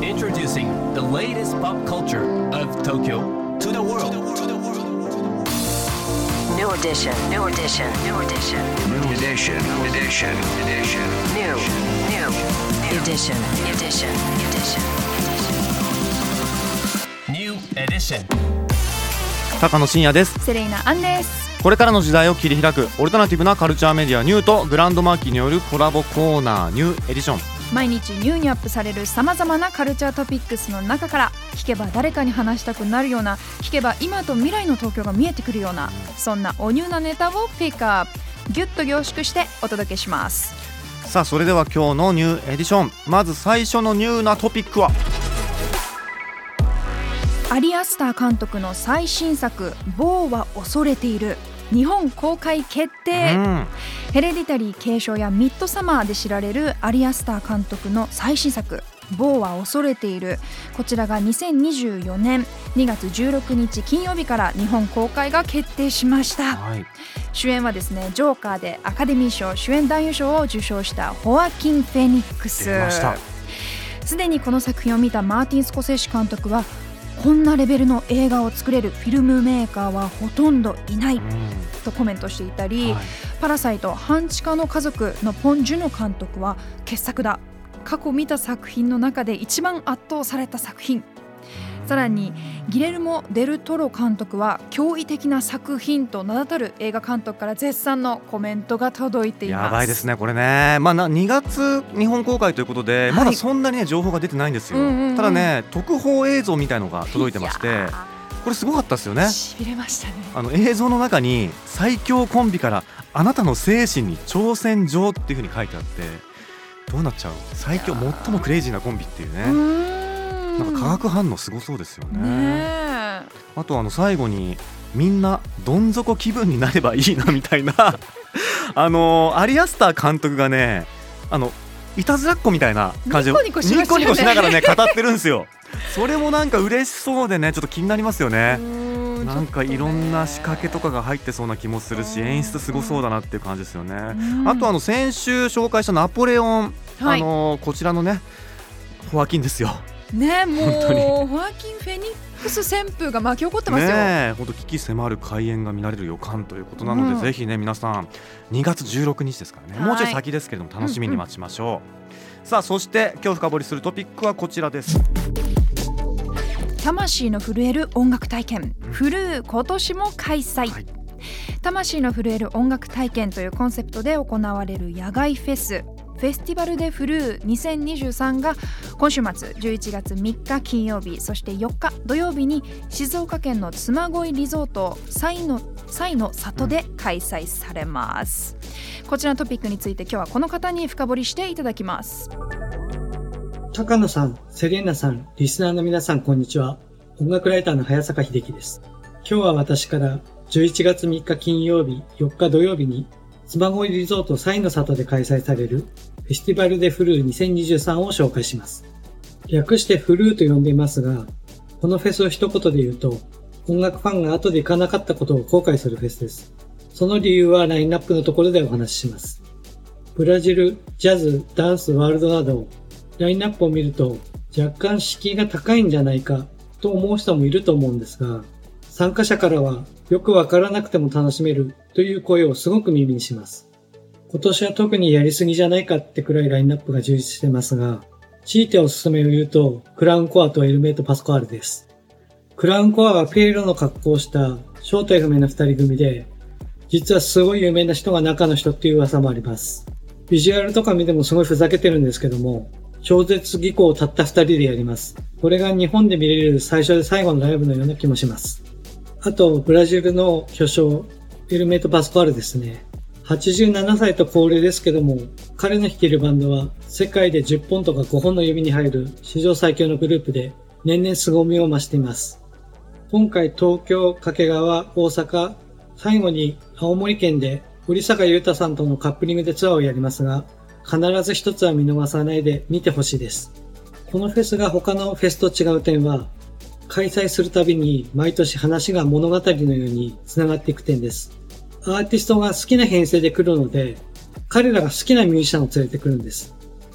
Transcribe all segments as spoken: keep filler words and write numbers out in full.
Introducing the latest pop culture of Tokyo to the world. New edition, new edition, new edition, New edition, edition, edition. new, new, new edition, edition, edition. New edition. 高野真也です。 セレイナアンです。 これからの時代を切り開くオルタナティブなカルチャーメディアニューとグランドマーキーによるコラボコーナーニューエディション。 毎日ニューにアップされるさまざまなカルチャートピックスの中から聞けば誰かに話したくなるような、聞けば今と未来の東京が見えてくるような、そんなおニューなネタをピックアップギュッと凝縮してお届けします。 さあそれでは今日のニューエディション、まず最初のニューなトピックはアリアスター監督の最新作ボーは恐れている日本公開決定、うん、ヘレディタリー継承やミッドサマーで知られるアリアスター監督の最新作ボーは恐れている、こちらがにせんにじゅうよねんにがつじゅうろくにち金曜日から日本公開が決定しました、はい、主演はですねジョーカーでアカデミー賞主演男優賞を受賞したホアキン・フェニックス。すでにこの作品を見たマーティン・スコセッシ監督は、こんなレベルの映画を作れるフィルムメーカーはほとんどいない、うん、とコメントしていたり、はい、パラサイト半地下の家族のポン・ジュノ監督は傑作だ、過去見た作品の中で一番圧倒された作品、さらにギレルモ・デルトロ監督は驚異的な作品と名だたる映画監督から絶賛のコメントが届いています。 やばいですねこれね、まあ、にがつ日本公開ということで、はい、まだそんなに、ね、情報が出てないんですよ、うんうんうん、ただね特報映像みたいのが届いてまして、これすごかったですよね。 しびれましたね。 あの映像の中に最強コンビからあなたの精神に挑戦状っていう風に書いてあって、どうなっちゃう、最強最もクレイジーなコンビっていうね、うーんなんか化学反応すごそうですよ ね, ねあとあの最後にみんなどん底気分になればいいなみたいなあのアリアスター監督がね、あのいたずらっ子みたいな感じでニコニコしましたよね、 ニコニコしながらね語ってるんですよ。それもなんか嬉しそうでね、ちょっと気になりますよね。なんかいろんな仕掛けとかが入ってそうな気もするし、演出すごそうだなっていう感じですよね。あとあの先週紹介したナポレオン、はい、あのこちらのねホアキンですよね、もうホアキン・フェニックス旋風が巻き起こってますよね。本当危機迫る開演が見られる予感ということなので、うん、ぜひね皆さんにがつじゅうろくにちですからね、もうちょい先ですけれども楽しみに待ちましょう、うんうん、さあそして今日深掘りするトピックはこちらです。 魂の震える音楽体験、フルー今年も開催、はい、魂の震える音楽体験というコンセプトで行われる野外フェスフェスティバル・デ・フルーにせんにじゅうさんが今週末じゅういちがつみっか金曜日、そしてよっか土曜日に静岡県の嬬恋リゾート彩の、彩の里で開催されます、うん、こちらのトピックについて今日はこの方に深掘りしていただきます。 高野さん、セレーナさん、リスナーの皆さんこんにちは。音楽ライターの早坂秀樹です。今日は私からじゅういちがつみっか金曜日、よっか土曜日に嬬恋リゾート彩の里で開催されるフェスティバル・デ・フルーにせんにじゅうさんを紹介します。略してフルーと呼んでいますが、このフェスを一言で言うと、音楽ファンが後で行かなかったことを後悔するフェスです。その理由はラインナップのところでお話しします。ブラジル、ジャズ、ダンス、ワールドなど、ラインナップを見ると若干敷居が高いんじゃないかと思う人もいると思うんですが、参加者からはよくわからなくても楽しめるという声をすごく耳にします。今年は特にやりすぎじゃないかってくらいラインナップが充実してますが、強いておすすめを言うとクラウンコアとエルメイト・パスコアルです。クラウンコアはピエロの格好をした正体不明な二人組で、実はすごい有名な人が中の人っていう噂もあります。ビジュアルとか見てもすごいふざけてるんですけども、超絶技巧をたった二人でやります。これが日本で見れる最初で最後のライブのような気もします。あと、ブラジルの巨匠、エルメイト・パスコアルですね。はちじゅうななさいと高齢ですけども、彼の率いるバンドは世界でじゅっぽんとかごほんの指に入る史上最強のグループで年々凄みを増しています。今回東京、掛川、大阪、最後に青森県で織坂優太さんとのカップリングでツアーをやりますが、必ず一つは見逃さないで見てほしいです。このフェスが他のフェスと違う点は、開催するたびに毎年話が物語のように繋がっていく点です。アーティストが好きな編成で来るので、彼らが好きなミュージシャンを連れてくるんです。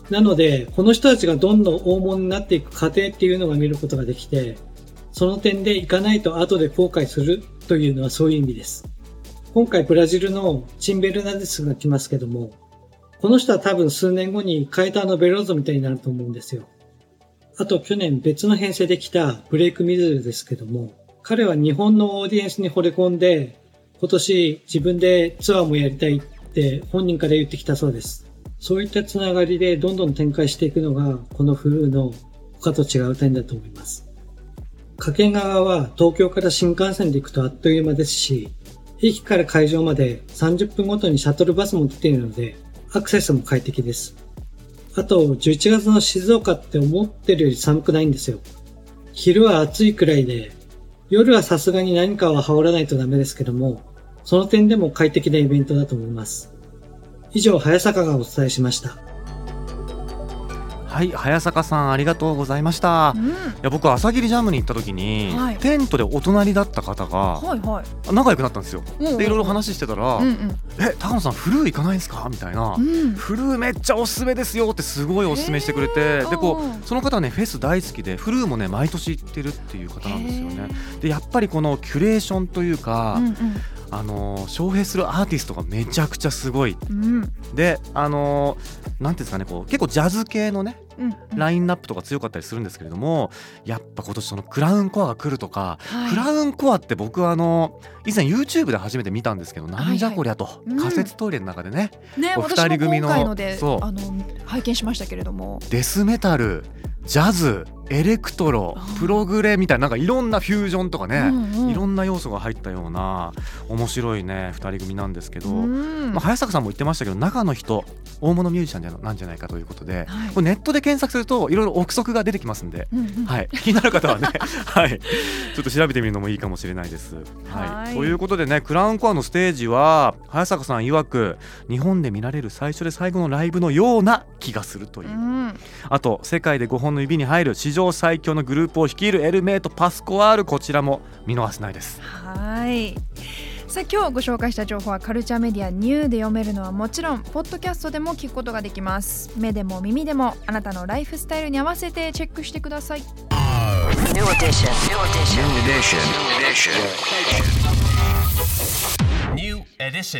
なので、この人たちがどんどん大物になっていく過程っていうのが見ることができて、その点で行かないと後で後悔するというのはそういう意味です。今回ブラジルのチンベルナデスが来ますけども、この人は多分数年後にカエターノ・ベローゾみたいになると思うんですよ。あと去年別の編成で来たブレイク・ミズルですけども、彼は日本のオーディエンスに惚れ込んで、今年自分でツアーもやりたいって本人から言ってきたそうです。そういったつながりでどんどん展開していくのがこのフルーの他と違う点だと思います。掛川は東京から新幹線で行くとあっという間ですし、駅から会場までさんじゅっぷんごとにシャトルバスも出ているのでアクセスも快適です。あとじゅういちがつの静岡って思ってるより寒くないんですよ。昼は暑いくらいで、夜はさすがに何かは羽織らないとダメですけども、その点でも快適なイベントだと思います。以上、早坂がお伝えしました。 はい、早坂さんありがとうございました、うん、いや僕朝霧ジャムに行った時に、はい、テントでお隣だった方が、はいはい、仲良くなったんですよ、うんうん、でいろいろ話してたら、うんうん、え、高野さんフルー行かないんですかみたいな、うん、フルーめっちゃおすすめですよってすごいおすすめしてくれて、でこうその方はねフェス大好きでフルーもね毎年行ってるっていう方なんですよね。でやっぱりこのキュレーションというか、うんうん、あの招聘するアーティストがめちゃくちゃすごい、うん、であのなんていうんですかね、こう結構ジャズ系のね、うんうん、ラインナップとか強かったりするんですけれども、やっぱ今年そのクラウンコアが来るとか、はい、クラウンコアって僕はあの以前 YouTube で初めて見たんですけど、なんじゃこりゃと、はいはい、仮設トイレの中でね、 うん、ね、 ふたり組の私も今回のでそうあの拝見しましたけれども、 デスメタル、ジャズ、エレクトロ、プログレみたいな、なんかいろんなフュージョンとかね、うんうん、いろんな要素が入ったような面白いねふたり組なんですけど、まあ、早坂さんも言ってましたけど中の人大物ミュージシャンなんじゃないかということで、はい、これネットで検索するといろいろ憶測が出てきますんで、うんうん、はい、気になる方はね、はい、ちょっと調べてみるのもいいかもしれないです、はいはい、ということでね、クラウンコアのステージは早坂さん曰く日本で見られる最初で最後のライブのような気がするという、うん、あと世界でごほんの指に入る史上最強のグループを率いるエルメイト・パスコワール、こちらも見逃せないです。 はい、さあ今日ご紹介した情報はカルチャーメディアニューで読めるのはもちろんポッドキャストでも聞くことができます。目でも耳でもあなたのライフスタイルに合わせてチェックしてください。 New edition. New edition. New edition. New edition.